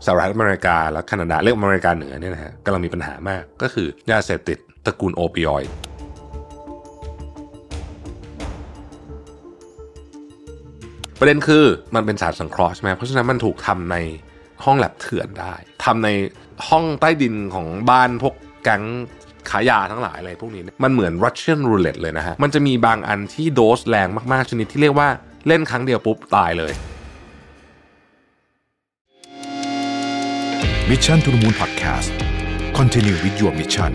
สหรัฐอเมริกาและแคนาดาเรียกอเมริกาเหนือเนี่ยนะฮะกำลังมีปัญหามากก็คือยาเสพติดตระกูลโอปิออยด์ประเด็นคือมันเป็นสารสังเคราะห์ใช่ไหมเพราะฉะนั้นมันถูกทำในห้องแลบเถื่อนได้ทำในห้องใต้ดินของบ้านพวกแก๊งขายยาทั้งหลายอะไรพวกนี้มันเหมือน Russian Roulette เลยนะฮะมันจะมีบางอันที่โดสแรงมากๆชนิดที่เรียกว่าเล่นครั้งเดียวปุ๊บตายเลย Mission to the Moon Podcast Continue with your mission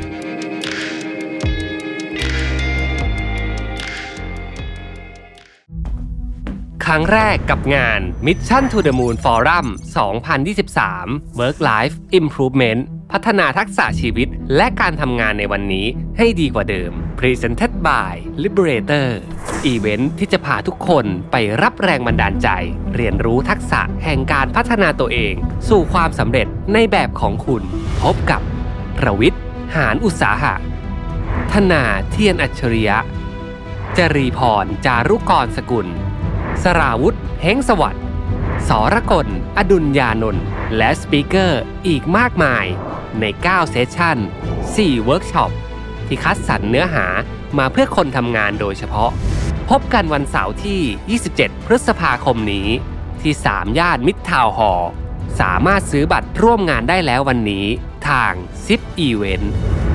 ครั้งแรกกับงาน Mission to the Moon Forum 2023 Work Life Improvement พัฒนาทักษะชีวิตและการทำงานในวันนี้ให้ดีกว่าเดิม Presented by Liberator อีเวนท์ที่จะพาทุกคนไปรับแรงบันดาลใจเรียนรู้ทักษะแห่งการพัฒนาตัวเองสู่ความสำเร็จในแบบของคุณพบกับประวิทย์ หาญอุตสาหะธนาเทียนอัจฉริยะจรีพรจารุกรสกุลสราวุธเฮงสวัสดิ์สรกลอดุลยานนท์และสปีกเกอร์อีกมากมายใน9เซสชั่น4เวิร์กช็อปที่คัดสรรเนื้อหามาเพื่อคนทำงานโดยเฉพาะพบกันวันเสาร์ที่27พฤษภาคมนี้ที่3ย่านมิตรทาวน์ฮอลล์สามารถซื้อบัตรร่วมงานได้แล้ววันนี้ทาง ZIP Event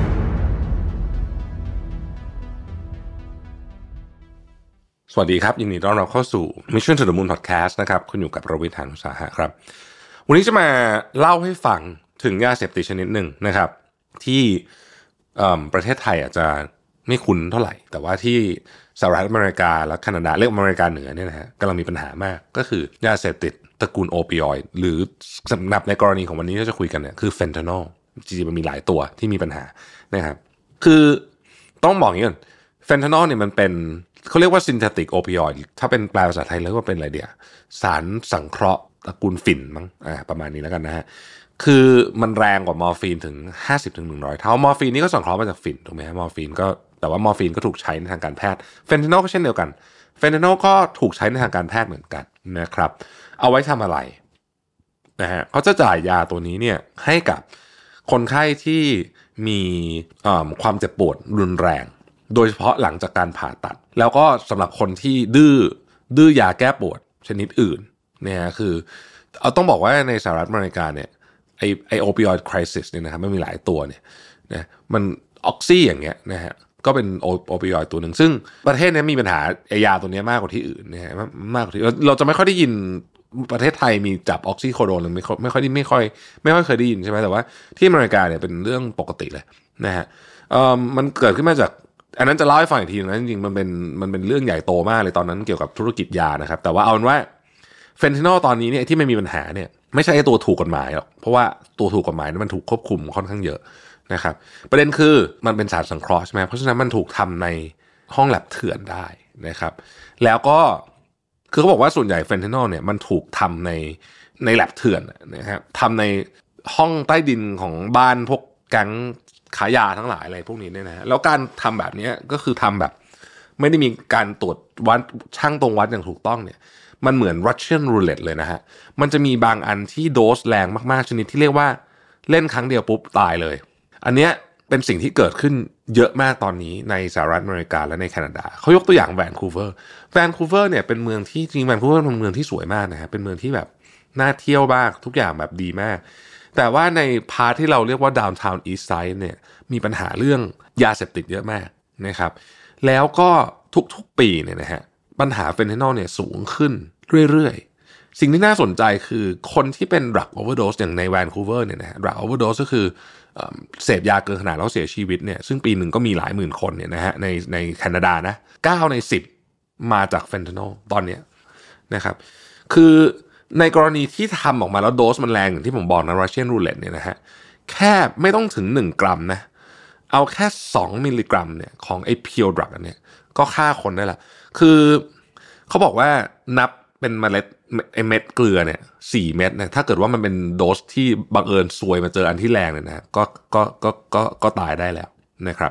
สวัสดีครับยินดีต้อนรับเข้าสู่ Mission to the Moon Podcast นะครับคุณอยู่กับประวิทย์ หาญอุตสาหะครับวันนี้จะมาเล่าให้ฟังถึงยาเสพติดชนิดหนึ่งนะครับที่ประเทศไทยอาจจะไม่คุ้นเท่าไหร่แต่ว่าที่สหรัฐอเมริกาและแคนาดาเรียกอเมริกาเหนือเนี่ยนะฮะกำลังมีปัญหามากก็คือยาเสพติดตระกูลโอปิออยด์หรือสำหรับในกรณีของวันนี้ที่จะคุยกันเนี่ยคือเฟนทานอลจริงๆมันมีหลายตัวที่มีปัญหานะครับคือต้องบอกอย่างนี้ก่อนเฟนทานอลเนี่ยมันเป็นเขาเรียกว่าซินเทติกโอปิออยด์ถ้าเป็นแปลภาษาไทยแล้วก็เป็นอะไรเดียวสารสังเคราะห์ตระกูลฝิ่นมั้งประมาณนี้แล้วกันนะฮะคือมันแรงกว่ามอร์ฟีนถึง 50-100 เท่ามอร์ฟีนนี่ก็สังเคราะห์มาจากฝิ่นถูกไหมฮะมอร์ฟีนก็แต่ว่ามอร์ฟีนก็ถูกใช้ในทางการแพทย์เฟนทานอลก็เช่นเดียวกันเฟนทานอลก็ถูกใช้ในทางการแพทย์เหมือนกันนะครับเอาไว้ทำอะไรนะฮะเขาจะจ่ายยาตัวนี้เนี่ยให้กับคนไข้ที่มีความเจ็บปวดรุนแรงโดยเฉพาะหลังจากการผ่าตัดแล้วก็สำหรับคนที่ดื้อยาแก้ปวดชนิดอื่นเนี่ยคือเอาต้องบอกว่าในสหรัฐอเมริกาเนี่ยไอโอปิออยด์ไครซิสเนี่ยนะครับมันมีหลายตัวเนี่ยนะมันออกซี่อย่างเงี้ยนะฮะก็เป็นโอปิออยด์ตัวหนึ่งซึ่งประเทศนี้มีปัญหายาตัวนี้มากกว่าที่อื่นนะฮะมากกว่าที่เราจะไม่ค่อยได้ยินประเทศไทยมีจับออกซิโคโดนหรือไม่ค่อยเคยได้ยินใช่ไหมแต่ว่าที่อเมริกาเนี่ยเป็นเรื่องปกติเลยนะฮะมันเกิดขึ้นมาจากอันนั้นจะเล่าให้ฟังอีกทีนะจริงๆมันเป็นเรื่องใหญ่โตมากเลยตอนนั้นเกี่ยวกับธุรกิจยานะครับแต่ว่าเอาเป็นว่าเฟนทานอลตอนนี้เนี่ยที่ไม่มีปัญหาเนี่ยไม่ใช่ตัวถูกกฎหมายหรอกเพราะว่าตัวถูกกฎหมายนั้นมันถูกควบคุมค่อนข้างเยอะนะครับประเด็นคือมันเป็นสารสังเคราะห์ใช่ไหมเพราะฉะนั้นมันถูกทำในห้องแลบเถื่อนได้นะครับแล้วก็คือเขาบอกว่าส่วนใหญ่เฟนทานอลเนี่ยมันถูกทำในแลบเถื่อนนะครับทำในห้องใต้ดินของบ้านพวกแก๊งขายยาทั้งหลายอะไรพวกนี้เนี่ยนะแล้วการทำแบบนี้ก็คือทำแบบไม่ได้มีการตรวจวัดช่างตรงวัดอย่างถูกต้องเนี่ยมันเหมือน Russian Roulette เลยนะฮะมันจะมีบางอันที่โดสแรงมากๆชนิดที่เรียกว่าเล่นครั้งเดียวปุ๊บตายเลยอันเนี้ยเป็นสิ่งที่เกิดขึ้นเยอะมากตอนนี้ในสหรัฐอเมริกาและในแคนาดาเขายกตัวอย่างแวนคูเวอร์เนี่ยเป็นเมืองที่จริงแวนคูเวอร์เป็นเมืองที่สวยมากนะฮะเป็นเมืองที่แบบน่าเที่ยวมากทุกอย่างแบบดีมากแต่ว่าในพาร์ทที่เราเรียกว่า Downtown East Side เนี่ยมีปัญหาเรื่องยาเสพติดเยอะมากนะครับแล้วก็ทุกๆปีเนี่ยนะฮะปัญหาเฟนทานอลเนี่ยสูงขึ้นเรื่อยๆสิ่งที่น่าสนใจคือคนที่เป็น drug overdose อย่างในแวนคูเวอร์เนี่ยนะฮะ drug overdose ก็คือเสพยาเกินขนาดแล้วเสียชีวิตเนี่ยซึ่งปีหนึ่งก็มีหลายหมื่นคนเนี่ยนะฮะในแคนาดานะ9ใน10มาจากเฟนทานอลตอนเนี้ยนะครับคือในกรณีที่ทำออกมาแล้วโดสมันแรงอย่างที่ผมบอกนะ Russian Roulette เนี่ยนะฮะแค่ไม่ต้องถึง1กรัมนะเอาแค่2มิลลิกรัมเนี่ยของไอ้ pure drug อันเนี้ยก็ฆ่าคนได้ละคือเขาบอกว่านับเป็นเมล็ดไอ้เม็ดเกลือเนี่ย4เม็ดเนี่ยถ้าเกิดว่ามันเป็นโดสที่บังเอิญซวยมาเจออันที่แรงเนี่ยนะก็ตายได้แล้วนะครับ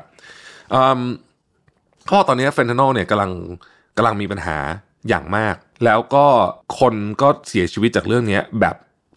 ข้อตอนนี้เฟนทานอลเนี่ยกำลังมีปัญหาอย่างมากแล้วก็คนก็เสียชีวิตจากเรื่องนี้แบบ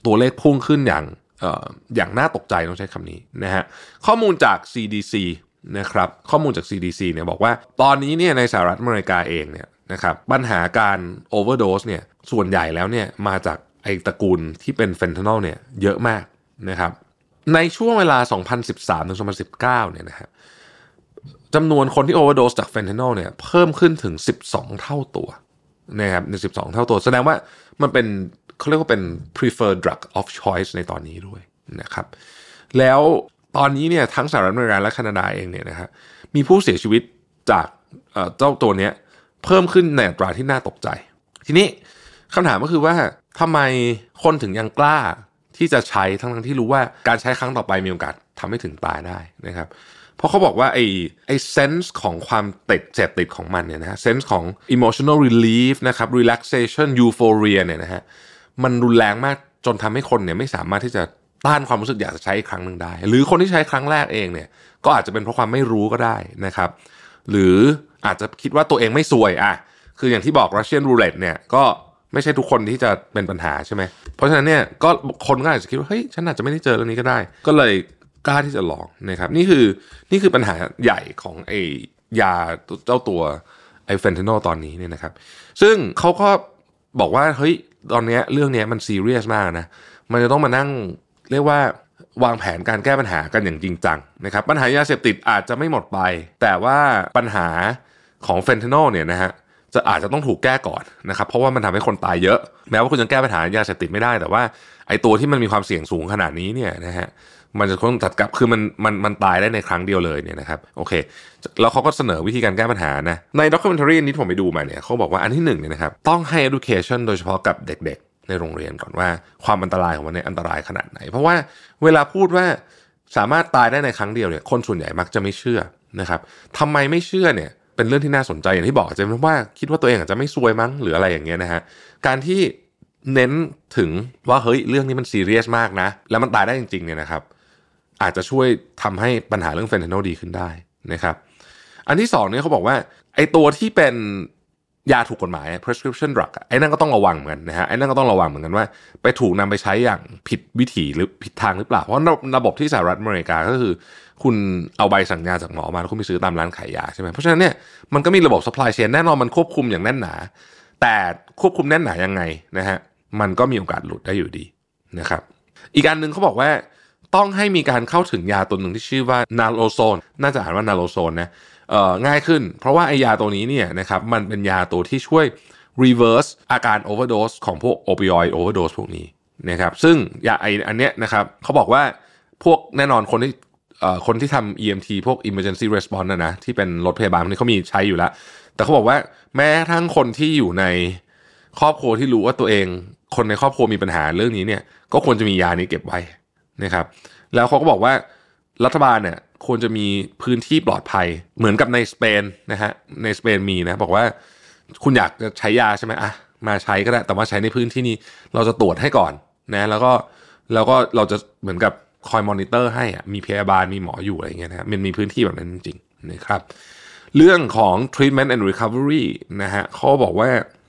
ตัวเลขพุ่งขึ้นอย่างน่าตกใจต้องใช้คำนี้นะฮะข้อมูลจาก CDC นะครับข้อมูลจาก CDC เนี่ยบอกว่าตอนนี้เนี่ยในสหรัฐอเมริกาเองเนี่ยนะครับปัญหาการโอเวอร์โดสเนี่ยส่วนใหญ่แล้วเนี่ยมาจากไอ้ตระกูลที่เป็นเฟนทานอลเนี่ยเยอะมากนะครับในช่วงเวลา 2013 ถึง 2019 เนี่ยนะฮะจำนวนคนที่โอเวอร์โดสจากเฟนทานอลเนี่ยเพิ่มขึ้นถึง12เท่าตัวนะครับใน12เท่าตัวแสดงว่ามันเป็นเขาเรียกว่าเป็น preferred drug of choice ในตอนนี้ด้วยนะครับแล้วตอนนี้เนี่ยทั้งสหรัฐอเมริกาและแคนาดาเองเนี่ยนะครับมีผู้เสียชีวิตจากเจ้าตัวเนี้ยเพิ่มขึ้นในอัตราที่น่าตกใจทีนี้คำถามก็คือว่าทำไมคนถึงยังกล้าที่จะใช้ทั้งที่รู้ว่าการใช้ครั้งต่อไปมีโอกาสทำให้ถึงตายได้นะครับเพราะเขาบอกว่าไอ้เซนส์ของความเสพติดของมันเนี่ยนะฮะเซนส์ของ emotional relief นะครับ relaxation euphoria เนี่ยนะฮะมันรุนแรงมากจนทำให้คนเนี่ยไม่สามารถที่จะต้านความรู้สึกอยากจะใช้อีกครั้งหนึ่งได้หรือคนที่ใช้ครั้งแรกเองเนี่ยก็อาจจะเป็นเพราะความไม่รู้ก็ได้นะครับหรืออาจจะคิดว่าตัวเองไม่ซวยคืออย่างที่บอก Russian roulette เนี่ยก็ไม่ใช่ทุกคนที่จะเป็นปัญหาใช่ไหมเพราะฉะนั้นเนี่ยก็คนก็อาจจะคิดว่าเฮ้ยฉันอาจจะไม่ได้เจอเรื่องนี้ก็ได้ก็เลยกล้าที่จะลองนะครับนี่คือปัญหาใหญ่ของไอ้ยาเจ้าตัวไอ้เฟนทานอลตอนนี้เนี่ยนะครับซึ่งเขาก็บอกว่าเฮ้ยตอนนี้เรื่องนี้มันซีเรียสมากนะมันจะต้องมานั่งเรียกว่าวางแผนการแก้ปัญหากันอย่างจริงจังนะครับปัญหายาเสพติดอาจจะไม่หมดไปแต่ว่าปัญหาของเฟนทานอลเนี่ยนะฮะอาจจะต้องถูกแก้ก่อนนะครับเพราะว่ามันทำให้คนตายเยอะแม้ว่าคุณจะแก้ปัญหายาเสพติดไม่ได้แต่ว่าไอ้ตัวที่มันมีความเสี่ยงสูงขนาดนี้เนี่ยนะฮะมันจะต้องตัดกลับคือมันตายได้ในครั้งเดียวเลยเนี่ยนะครับโอเคแล้วเขาก็เสนอวิธีการแก้ปัญหานะในด็อกิเมนทารีนี้ผมไปดูมาเนี่ยเขาบอกว่าอันที่1เนี่ยนะครับต้องให้ education โดยเฉพาะกับเด็กๆในโรงเรียนก่อนว่าความอันตรายของมันเนี่ยอันตรายขนาดไหนเพราะว่าเวลาพูดว่าสามารถตายได้ในครั้งเดียวเนี่ยคนส่วนใหญ่มักจะไม่เชื่อนะครับทำไมไม่เชื่อเนี่ยเป็นเรื่องที่น่าสนใจอย่างที่บอกจะเป็นว่าคิดว่าตัวเองอาจจะไม่ซวยมั้งหรืออะไรอย่างเงี้ยนะฮะการที่เน้นถึงว่าเฮ้ยเรื่องนี้มันซีเรียสมากนะแล้วมันตายได้จริงๆเนี่ยนะครับอาจจะช่วยทำให้ปัญหาเรื่องเฟนทานอลดีขึ้นได้นะครับอันที่2เนี่ยเขาบอกว่าไอ้ตัวที่เป็นยาถูกกฎหมาย prescription drug ไอ้นั่นก็ต้องระวังเหมือนกันนะฮะไอ้นั่นก็ต้องระวังเหมือนกันว่าไปถูกนำไปใช้อย่างผิดวิถีหรือผิดทางหรือเปล่าเพราะระบบที่สหรัฐอเมริกาก็คือคุณเอาใบสั่งยาจากหมอมาแล้วคุณไปซื้อตามร้านขายยาใช่ไหมเพราะฉะนั้นเนี่ยมันก็มีระบบ supply chain แน่นอนมันควบคุมอย่างแน่นหนาแต่ควบคุมแน่นหนายังไงนะฮะมันก็มีโอกาสหลุดได้อยู่ดีนะครับอีกอันนึงเขาบอกว่าต้องให้มีการเข้าถึงยาตัวหนึ่งที่ชื่อว่านาโลโซนน่าจะอ่านว่านาโลโซนนะง่ายขึ้นเพราะว่าไอยาตัวนี้เนี่ยนะครับมันเป็นยาตัวที่ช่วย reverse อาการ overdose ของพวก opioid overdose พวกนี้นะครับซึ่งยาอันเนี้ยนะครับเขาบอกว่าพวกแน่นอนคนที่ทำ EMT พวก emergency response นะที่เป็นรถพยาบาลพวกนี้เขามีใช้อยู่แล้วแต่เขาบอกว่าแม้ทั้งคนที่อยู่ในครอบครัวที่รู้ว่าตัวเองคนในครอบครัวมีปัญหาเรื่องนี้เนี่ยก็ควรจะมียานี้เก็บไว้นะครับแล้วเขาก็บอกว่ารัฐบาลเนี่ยควรจะมีพื้นที่ปลอดภัยเหมือนกับในสเปนนะฮะในสเปนมีนะบอกว่าคุณอยากจะใช้ยาใช่ไหมมาใช้ก็ได้แต่ว่าใช้ในพื้นที่นี้เราจะตรวจให้ก่อนนะแล้วก็เราจะเหมือนกับคอยมอนิเตอร์ให้มีพยาบาลมีหมออยู่อะไรเงี้ยนะมันมีพื้นที่แบบนั้นจริงๆนะครับเรื่องของ treatment and recovery นะฮะเขาบอกว่า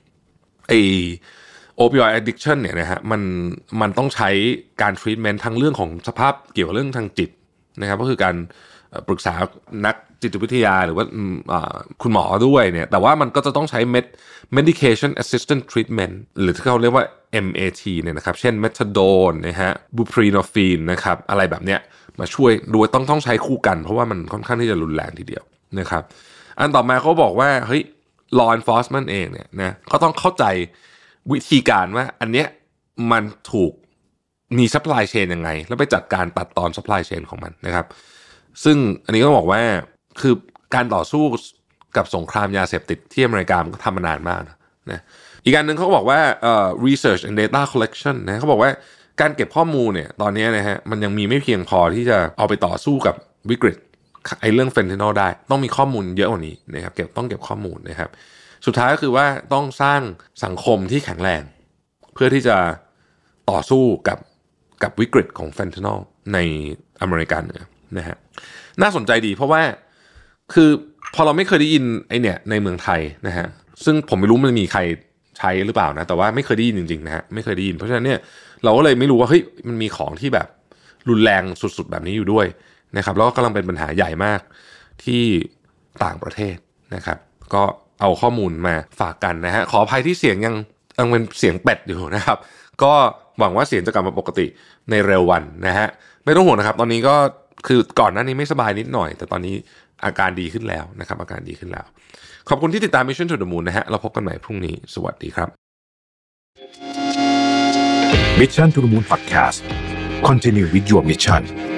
opioid addiction เนี่ยนะฮะมันต้องใช้การ treatment ทั้งเรื่องของสภาพเกี่ยวกับเรื่องทางจิตนะครับก็คือการปรึกษานักจิตวิทยาหรือว่าคุณหมอด้วยเนี่ยแต่ว่ามันก็จะต้องใช้ medication assistant treatment หรือที่เขาเรียกว่า MAT เนี่ยนะครับเช่น methadone นะฮะ buprenorphine นะครับอะไรแบบเนี้ยมาช่วยโดยต้องใช้คู่กันเพราะว่ามันค่อนข้างที่จะรุนแรงทีเดียวนะครับอันต่อมาเขาบอกว่าเฮ้ย law enforcement เองเนี่ยนะก็ต้องเข้าใจวิธีการว่าอันเนี้ยมันถูกมี supply chain ยังไงแล้วไปจัดการตัดตอน supply chain ของมันนะครับซึ่งอันนี้ก็บอกว่าคือการต่อสู้กับสงครามยาเสพติดที่อเมริกามันก็ทำมานานมากนะอีกการนึงเขาบอกว่าresearch and data collection นะเขาบอกว่าการเก็บข้อมูลเนี่ยตอนนี้นะฮะมันยังมีไม่เพียงพอที่จะเอาไปต่อสู้กับวิกฤตไอ้เรื่องเฟนทานอลได้ต้องมีข้อมูลเยอะกว่านี้นะครับต้องเก็บข้อมูลนะครับสุดท้ายก็คือว่าต้องสร้างสังคมที่แข็งแรงเพื่อที่จะต่อสู้กับวิกฤตของเฟนทานอลในอเมริกาเหนือนะฮะน่าสนใจดีเพราะว่าคือพอเราไม่เคยได้ยินไอเนี่ยในเมืองไทยนะฮะซึ่งผมไม่รู้มันมีใครใช้หรือเปล่านะแต่ว่าไม่เคยได้ยินจริงๆนะฮะไม่เคยได้ยินเพราะฉะนั้นเนี่ยเราก็เลยไม่รู้ว่าเฮ้ยมันมีของที่แบบรุนแรงสุดๆแบบนี้อยู่ด้วยนะครับแล้วก็กำลังเป็นปัญหาใหญ่มากที่ต่างประเทศนะครับก็เอาข้อมูลมาฝากกันนะฮะขออภัยที่เสียงยังเป็นเสียงเป็ดอยู่นะครับก็หวังว่าเสียงจะกลับมาปกติในเร็ววันนะฮะไม่ต้องห่วงนะครับตอนนี้ก็คือก่อนหน้านี้ไม่สบายนิดหน่อยแต่ตอนนี้อาการดีขึ้นแล้วนะครับอาการดีขึ้นแล้วขอบคุณที่ติดตาม Mission to the Moon นะฮะเราพบกันใหม่พรุ่งนี้สวัสดีครับ Mission to the Moon Podcast Continue with your mission